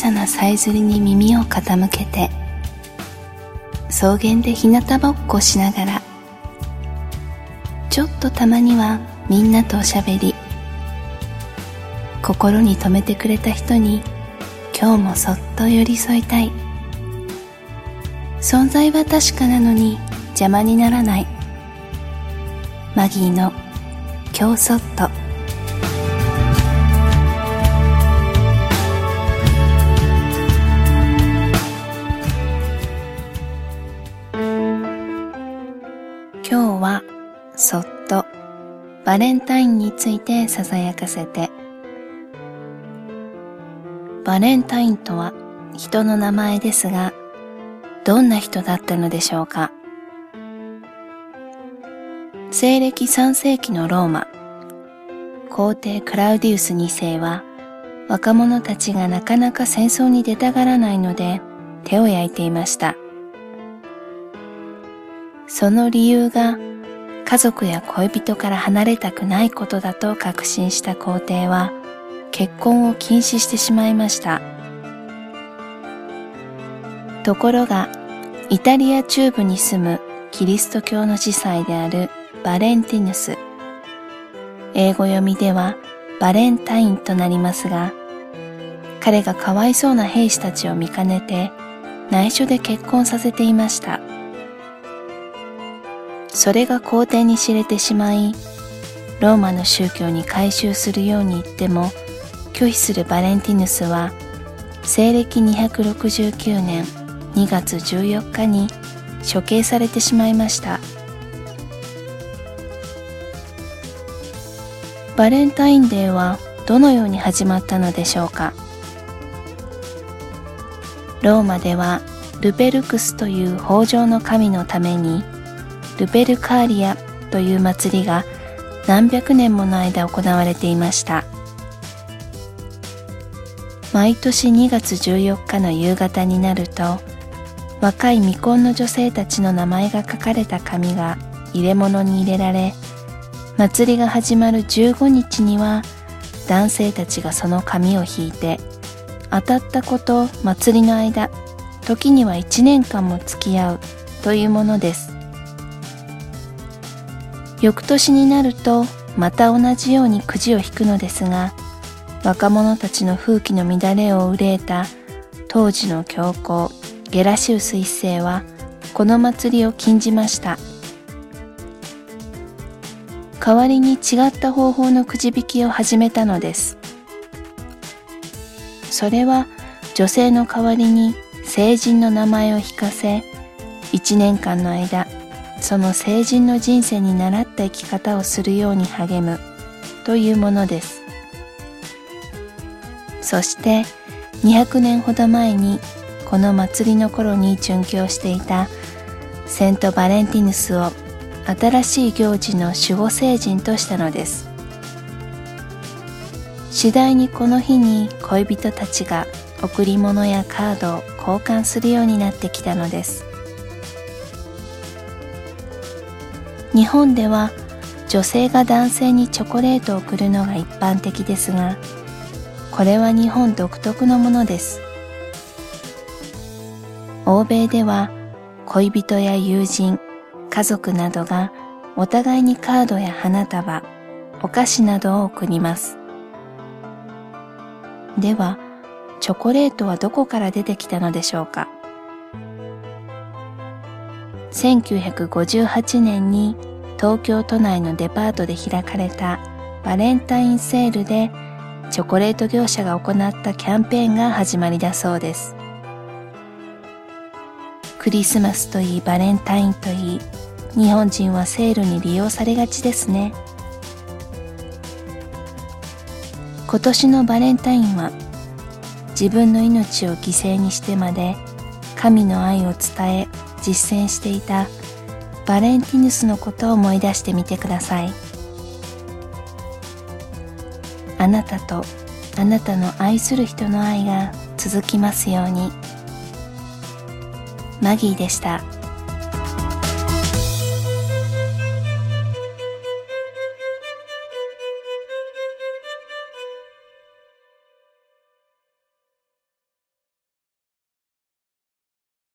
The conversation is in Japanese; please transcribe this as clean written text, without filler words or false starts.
さなさえずりに耳を傾けて、草原で日向ぼっこしながら、ちょっとたまにはみんなとおしゃべり、心に留めてくれた人に今日もそっと寄り添いたい。存在は確かなのに邪魔にならない。マギーの今日そっと。今日はそっとバレンタインについてささやかせて。バレンタインとは人の名前ですが、どんな人だったのでしょうか。西暦3世紀のローマ、皇帝クラウディウス2世は若者たちがなかなか戦争に出たがらないので手を焼いていました。その理由が家族や恋人から離れたくないことだと確信した皇帝は結婚を禁止してしまいました。ところがイタリア中部に住むキリスト教の司祭であるバレンティヌス、英語読みではバレンタインとなりますが、彼がかわいそうな兵士たちを見かねて内緒で結婚させていました。それが皇帝に知れてしまい、ローマの宗教に改宗するように言っても拒否するバレンティヌスは、西暦269年2月14日に処刑されてしまいました。バレンタインデーはどのように始まったのでしょうか。ローマではルペルクスという豊穣の神のためにルペルカーリアという祭りが何百年もの間行われていました。毎年2月14日の夕方になると、若い未婚の女性たちの名前が書かれた紙が入れ物に入れられ、祭りが始まる15日には男性たちがその紙を引いて、当たった子と祭りの間、時には1年間も付き合うというものです。翌年になるとまた同じようにくじを引くのですが、若者たちの風紀の乱れを憂えた当時の教皇ゲラシウス一世はこの祭りを禁じました。代わりに違った方法のくじ引きを始めたのです。それは女性の代わりに聖人の名前を引かせ、1年間の間その聖人の人生に倣った生き方をするように励むというものです。そして200年ほど前にこの祭りの頃に殉教していたセントバレンティヌスを新しい行事の守護聖人としたのです。次第にこの日に恋人たちが贈り物やカードを交換するようになってきたのです。日本では女性が男性にチョコレートを贈るのが一般的ですが、これは日本独特のものです。欧米では恋人や友人、家族などがお互いにカードや花束、お菓子などを贈ります。では、チョコレートはどこから出てきたのでしょうか。1958年に東京都内のデパートで開かれたバレンタインセールでチョコレート業者が行ったキャンペーンが始まりだそうです。クリスマスといいバレンタインといい、日本人はセールに利用されがちですね。今年のバレンタインは自分の命を犠牲にしてまで神の愛を伝え実践していたバレンティヌスのことを思い出してみてください。あなたとあなたの愛する人の愛が続きますように。マギーでした。